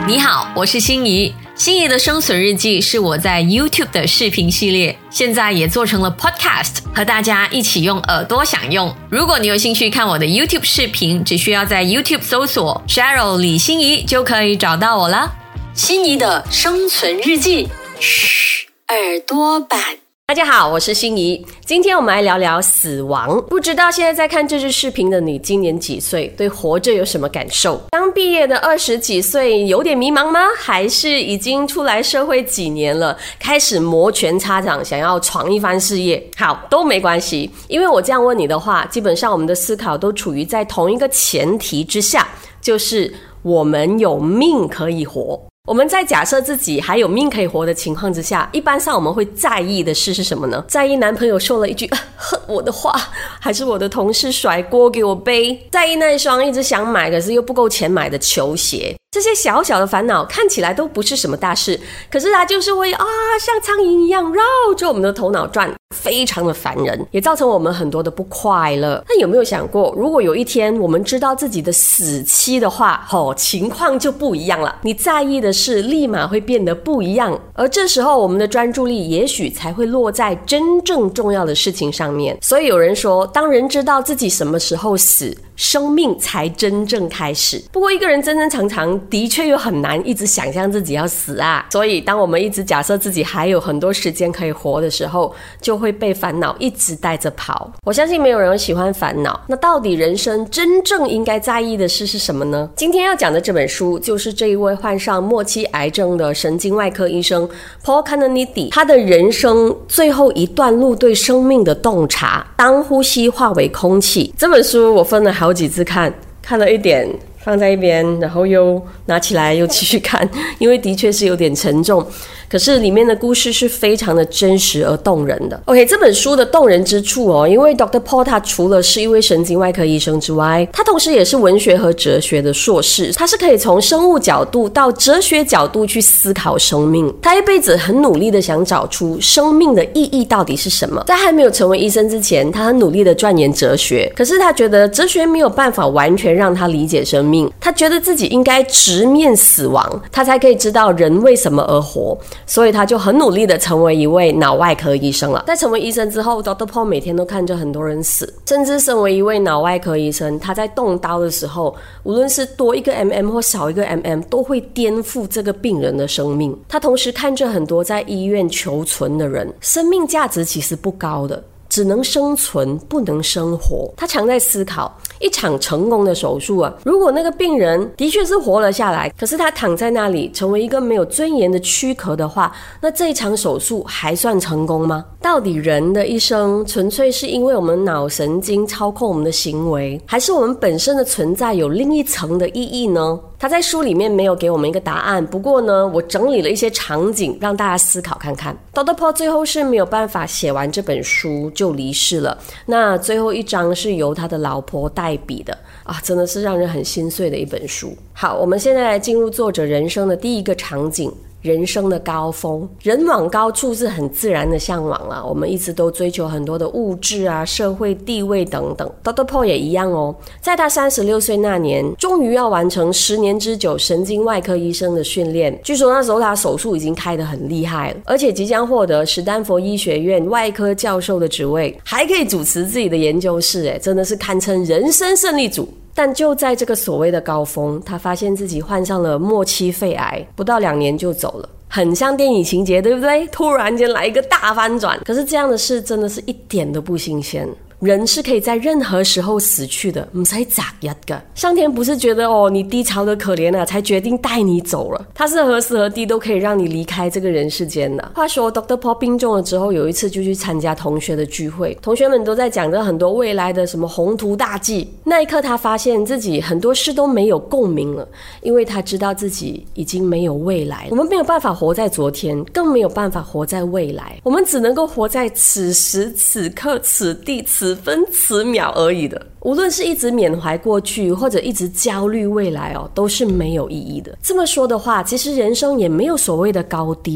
你好，我是心怡。心怡的生存日记是我在 YouTube 的视频系列，现在也做成了 Podcast， 和大家一起用耳朵享用。如果你有兴趣看我的 YouTube 视频，只需要在 YouTube 搜索 Cheryl 李心怡就可以找到我了。心怡的生存日记，嘘，耳朵版。 大家好，我是心怡。今天我们来聊聊死亡。不知道现在在看这支视频的你今年几岁，对活着有什么感受？刚毕业的20几岁有点迷茫吗？还是已经出来社会几年了，开始摩拳擦掌，想要闯一番事业？好，都没关系，因为我这样问你的话，基本上我们的思考都处于在同一个前提之下，就是我们有命可以活。我们在假设自己还有命可以活的情况之下，一般上我们会在意的事是什么呢？在意男朋友说了一句恨我的话，还是我的同事甩锅给我背？在意那一双一直想买可是又不够钱买的球鞋？这些小小的烦恼看起来都不是什么大事，可是它就是会像苍蝇一样绕着我们的头脑转，非常的烦人，也造成我们很多的不快乐。那有没有想过，如果有一天我们知道自己的死期的话，情况就不一样了，你在意的事立马会变得不一样，而这时候我们的专注力也许才会落在真正重要的事情上面。所以有人说，当人知道自己什么时候死，生命才真正开始。不过一个人真正常常的确又很难一直想象自己要死啊，所以当我们一直假设自己还有很多时间可以活的时候，就会被烦恼一直带着跑。我相信没有人喜欢烦恼，那到底人生真正应该在意的事是什么呢？今天要讲的这本书就是这一位患上末期癌症的神经外科医生 Paul Canonidi 他的人生最后一段路对生命的洞察，当呼吸化为空气。这本书我分了好几次看了一点放在一边，然后又拿起来又继续看，因为的确是有点沉重，可是里面的故事是非常的真实而动人的。 OK， 这本书的动人之处因为 Dr. Paul 他除了是一位神经外科医生之外，他同时也是文学和哲学的硕士，他是可以从生物角度到哲学角度去思考生命。他一辈子很努力的想找出生命的意义到底是什么。在还没有成为医生之前，他很努力的钻研哲学，可是他觉得哲学没有办法完全让他理解生命，他觉得自己应该直面死亡，他才可以知道人为什么而活，所以他就很努力的成为一位脑外科医生了。在成为医生之后， Dr. Paul 每天都看着很多人死，甚至身为一位脑外科医生，他在动刀的时候，无论是多一个 mm 或少一个 mm 都会颠覆这个病人的生命。他同时看着很多在医院求存的人，生命价值其实不高的，只能生存不能生活。他常在思考，一场成功的手术如果那个病人的确是活了下来，可是他躺在那里成为一个没有尊严的躯壳的话，那这一场手术还算成功吗？到底人的一生纯粹是因为我们脑神经操控我们的行为，还是我们本身的存在有另一层的意义呢？他在书里面没有给我们一个答案，不过呢，我整理了一些场景让大家思考看看。 Dr. Paul 最后是没有办法写完这本书就离世了，那最后一章是由他的老婆代笔的真的是让人很心碎的一本书。好，我们现在来进入作者人生的第一个场景，人生的高峰。人往高处是很自然的向往我们一直都追求很多的物质社会地位等等。 Dr. Paul 也一样在他36岁那年，终于要完成10年之久神经外科医生的训练。据说那时候他手术已经开得很厉害了，而且即将获得史丹佛医学院外科教授的职位，还可以主持自己的研究室真的是堪称人生胜利组。但就在这个所谓的高峰，他发现自己患上了末期肺癌，不到2年就走了。很像电影情节，对不对？突然间来一个大翻转。可是这样的事真的是一点都不新鲜。人是可以在任何时候死去的，不使择日的。上天不是觉得你低潮的可怜才决定带你走了，他是何时何地都可以让你离开这个人世间的。话说 Dr. Paul 病重了之后，有一次就去参加同学的聚会，同学们都在讲着很多未来的什么宏图大计。那一刻他发现自己很多事都没有共鸣了，因为他知道自己已经没有未来。我们没有办法活在昨天，更没有办法活在未来，我们只能够活在此时此刻此地此分此秒而已的。无论是一直缅怀过去，或者一直焦虑未来都是没有意义的。这么说的话，其实人生也没有所谓的高低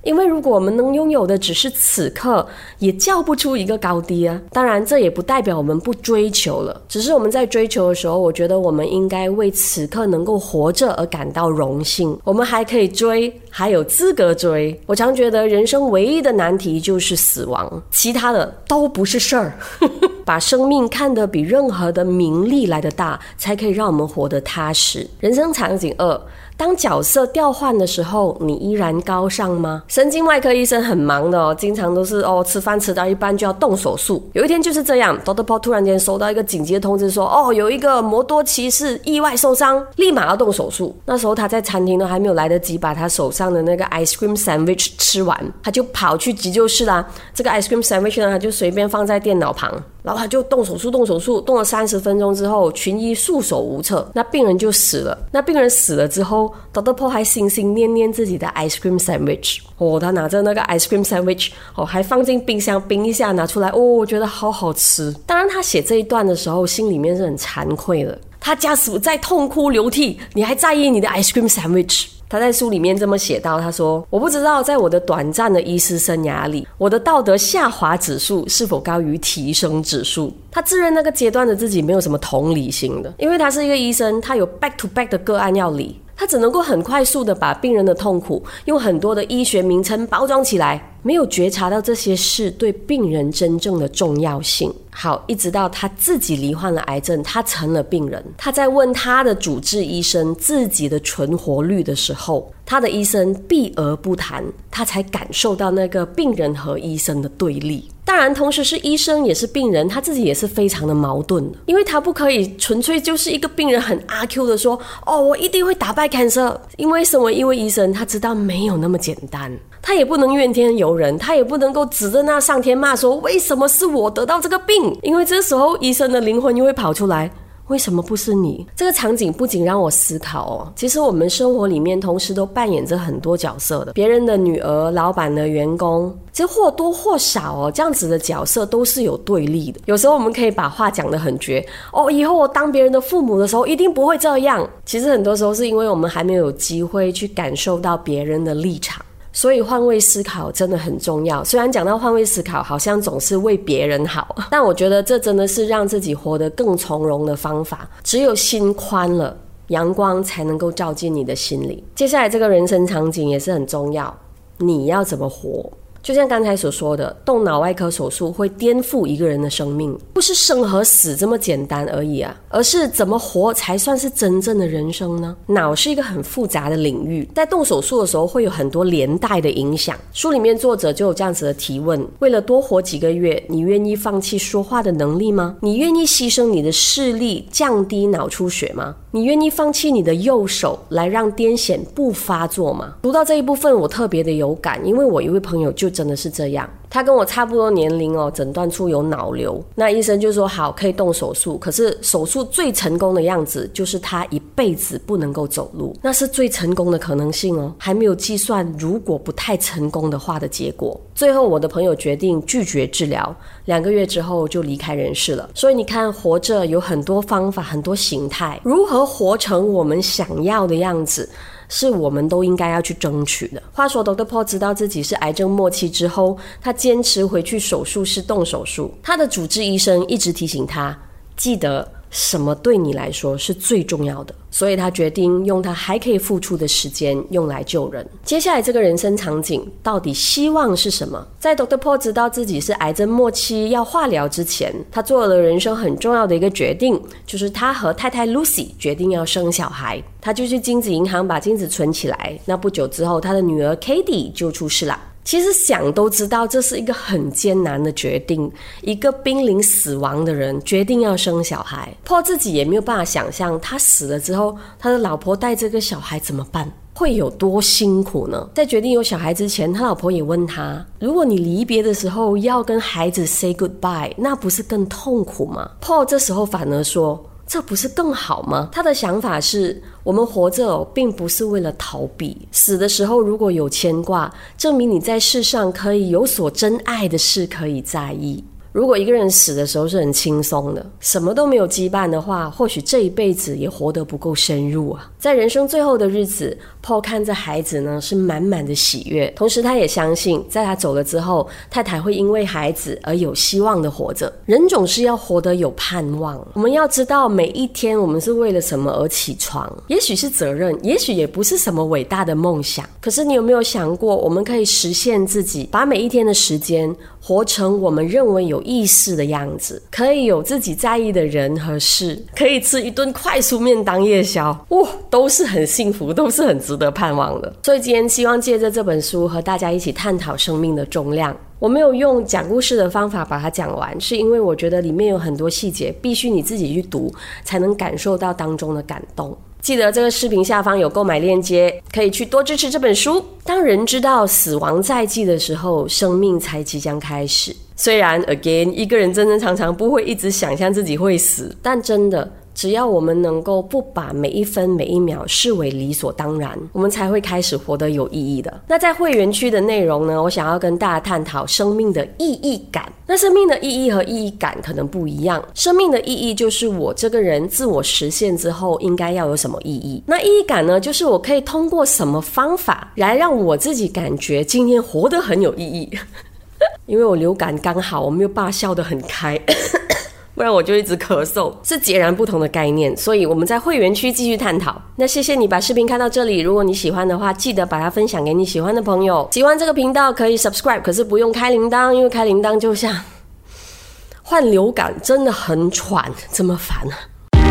因为如果我们能拥有的只是此刻，也叫不出一个高低啊。当然这也不代表我们不追求了，只是我们在追求的时候，我觉得我们应该为此刻能够活着而感到荣幸。我们还可以追，还有资格追。我常觉得人生唯一的难题就是死亡，其他的都不是事儿。把生命看得比任何的名利来得大，才可以让我们活得踏实。人生场景2，当角色调换的时候，你依然高尚吗？神经外科医生很忙的哦，经常都是吃饭吃到一半就要动手术。有一天就是这样 Dr. Paul 突然间收到一个紧急的通知说，有一个摩多骑士意外受伤，立马要动手术。那时候他在餐厅都还没有来得及把他手上的那个 ice cream sandwich 吃完，他就跑去急救室啦。这个 ice cream sandwich 呢，他就随便放在电脑旁，然后他就动手术，动了30分钟之后，群医束手无策，那病人就死了。那病人死了之后，Dr. Paul 还心心念念自己的 ice cream sandwich。他拿着那个 ice cream sandwich，还放进冰箱冰一下，拿出来，我觉得好好吃。当然他写这一段的时候，心里面是很惭愧的。他家属在痛哭流涕，你还在意你的 ice cream sandwich？他在书里面这么写到，他说，我不知道在我的短暂的医师生涯里，我的道德下滑指数是否高于提升指数。他自认那个阶段的自己没有什么同理心的，因为他是一个医生，他有 back to back 的个案要理，他只能够很快速的把病人的痛苦用很多的医学名称包装起来，没有觉察到这些事对病人真正的重要性。好，一直到他自己罹患了癌症，他成了病人，他在问他的主治医生自己的存活率的时候，他的医生避而不谈，他才感受到那个病人和医生的对立。当然同时是医生也是病人，他自己也是非常的矛盾的，因为他不可以纯粹就是一个病人很阿 Q 的说，我一定会打败 cancer。 因为身为一位医生，他知道没有那么简单，他也不能怨天尤人，他也不能够指着那上天骂说为什么是我得到这个病，因为这时候医生的灵魂又会跑出来，为什么不是你？这个场景不仅让我思考其实我们生活里面同时都扮演着很多角色的，别人的女儿，老板的员工，其实或多或少这样子的角色都是有对立的。有时候我们可以把话讲得很绝，以后我当别人的父母的时候一定不会这样。其实很多时候是因为我们还没有机会去感受到别人的立场。所以换位思考真的很重要，虽然讲到换位思考好像总是为别人好，但我觉得这真的是让自己活得更从容的方法。只有心宽了，阳光才能够照进你的心里。接下来这个人生场景也是很重要，你要怎么活？就像刚才所说的，动脑外科手术会颠覆一个人的生命，不是生和死这么简单而已而是怎么活才算是真正的人生呢？脑是一个很复杂的领域，在动手术的时候会有很多连带的影响。书里面作者就有这样子的提问，为了多活几个月，你愿意放弃说话的能力吗？你愿意牺牲你的视力，降低脑出血吗？你愿意放弃你的右手来让癫痫不发作吗？读到这一部分我特别的有感，因为我一位朋友就真的是这样，他跟我差不多年龄诊断出有脑瘤，那医生就说好可以动手术，可是手术最成功的样子就是他一辈子不能够走路，那是最成功的可能性还没有计算如果不太成功的话的结果。最后我的朋友决定拒绝治疗，2个月之后就离开人世了。所以你看，活着有很多方法，很多形态，如何活成我们想要的样子，是我们都应该要去争取的。话说 Dr. Paul 知道自己是癌症末期之后，他坚持回去手术室动手术。他的主治医生一直提醒他，记得什么对你来说是最重要的，所以他决定用他还可以付出的时间用来救人。接下来这个人生场景到底希望是什么？在 Dr. Paul 知道自己是癌症末期要化疗之前，他做了人生很重要的一个决定，就是他和太太 Lucy 决定要生小孩。他就去精子银行把精子存起来，那不久之后他的女儿 Katie 就出世了。其实想都知道这是一个很艰难的决定，一个濒临死亡的人决定要生小孩。Paul 自己也没有办法想象他死了之后，他的老婆带这个小孩怎么办，会有多辛苦呢？在决定有小孩之前，他老婆也问他，如果你离别的时候要跟孩子 say goodbye， 那不是更痛苦吗？ Paul 这时候反而说，这不是更好吗？他的想法是，我们活着并不是为了逃避，死的时候如果有牵挂，证明你在世上可以有所真爱的事可以在意。如果一个人死的时候是很轻松的，什么都没有羁绊的话，或许这一辈子也活得不够深入在人生最后的日子， Paul 看着孩子呢是满满的喜悦，同时他也相信在他走了之后，太太会因为孩子而有希望的活着。人总是要活得有盼望，我们要知道每一天我们是为了什么而起床，也许是责任，也许也不是什么伟大的梦想，可是你有没有想过，我们可以实现自己，把每一天的时间活成我们认为有意识的样子，可以有自己在意的人和事，可以吃一顿快速面当夜宵，都是很幸福，都是很值得盼望的。所以今天希望借着这本书和大家一起探讨生命的重量。我没有用讲故事的方法把它讲完，是因为我觉得里面有很多细节必须你自己去读才能感受到当中的感动。记得这个视频下方有购买链接，可以去多支持这本书。当人知道死亡在即的时候，生命才即将开始。虽然 again 一个人真正常常不会一直想象自己会死，但真的只要我们能够不把每一分每一秒视为理所当然，我们才会开始活得有意义的。那在会员区的内容呢，我想要跟大家探讨生命的意义感。那生命的意义和意义感可能不一样。生命的意义就是我这个人自我实现之后应该要有什么意义，那意义感呢，就是我可以通过什么方法来让我自己感觉今天活得很有意义。因为我流感刚好，我没有办法笑得很开不然我就一直咳嗽，是截然不同的概念，所以我们在会员区继续探讨。那谢谢你把视频看到这里，如果你喜欢的话，记得把它分享给你喜欢的朋友。喜欢这个频道可以 subscribe， 可是不用开铃铛，因为开铃铛就像患流感，真的很喘，这么烦啊。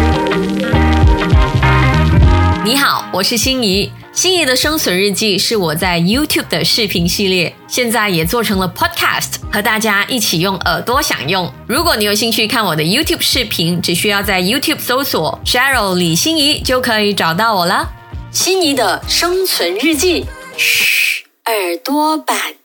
你好，我是心怡。心怡的生存日记是我在 YouTube 的视频系列，现在也做成了 Podcast， 和大家一起用耳朵享用。如果你有兴趣看我的 YouTube 视频，只需要在 YouTube 搜索 Cheryl 李心怡就可以找到我了。心怡的生存日记，嘘，耳朵版。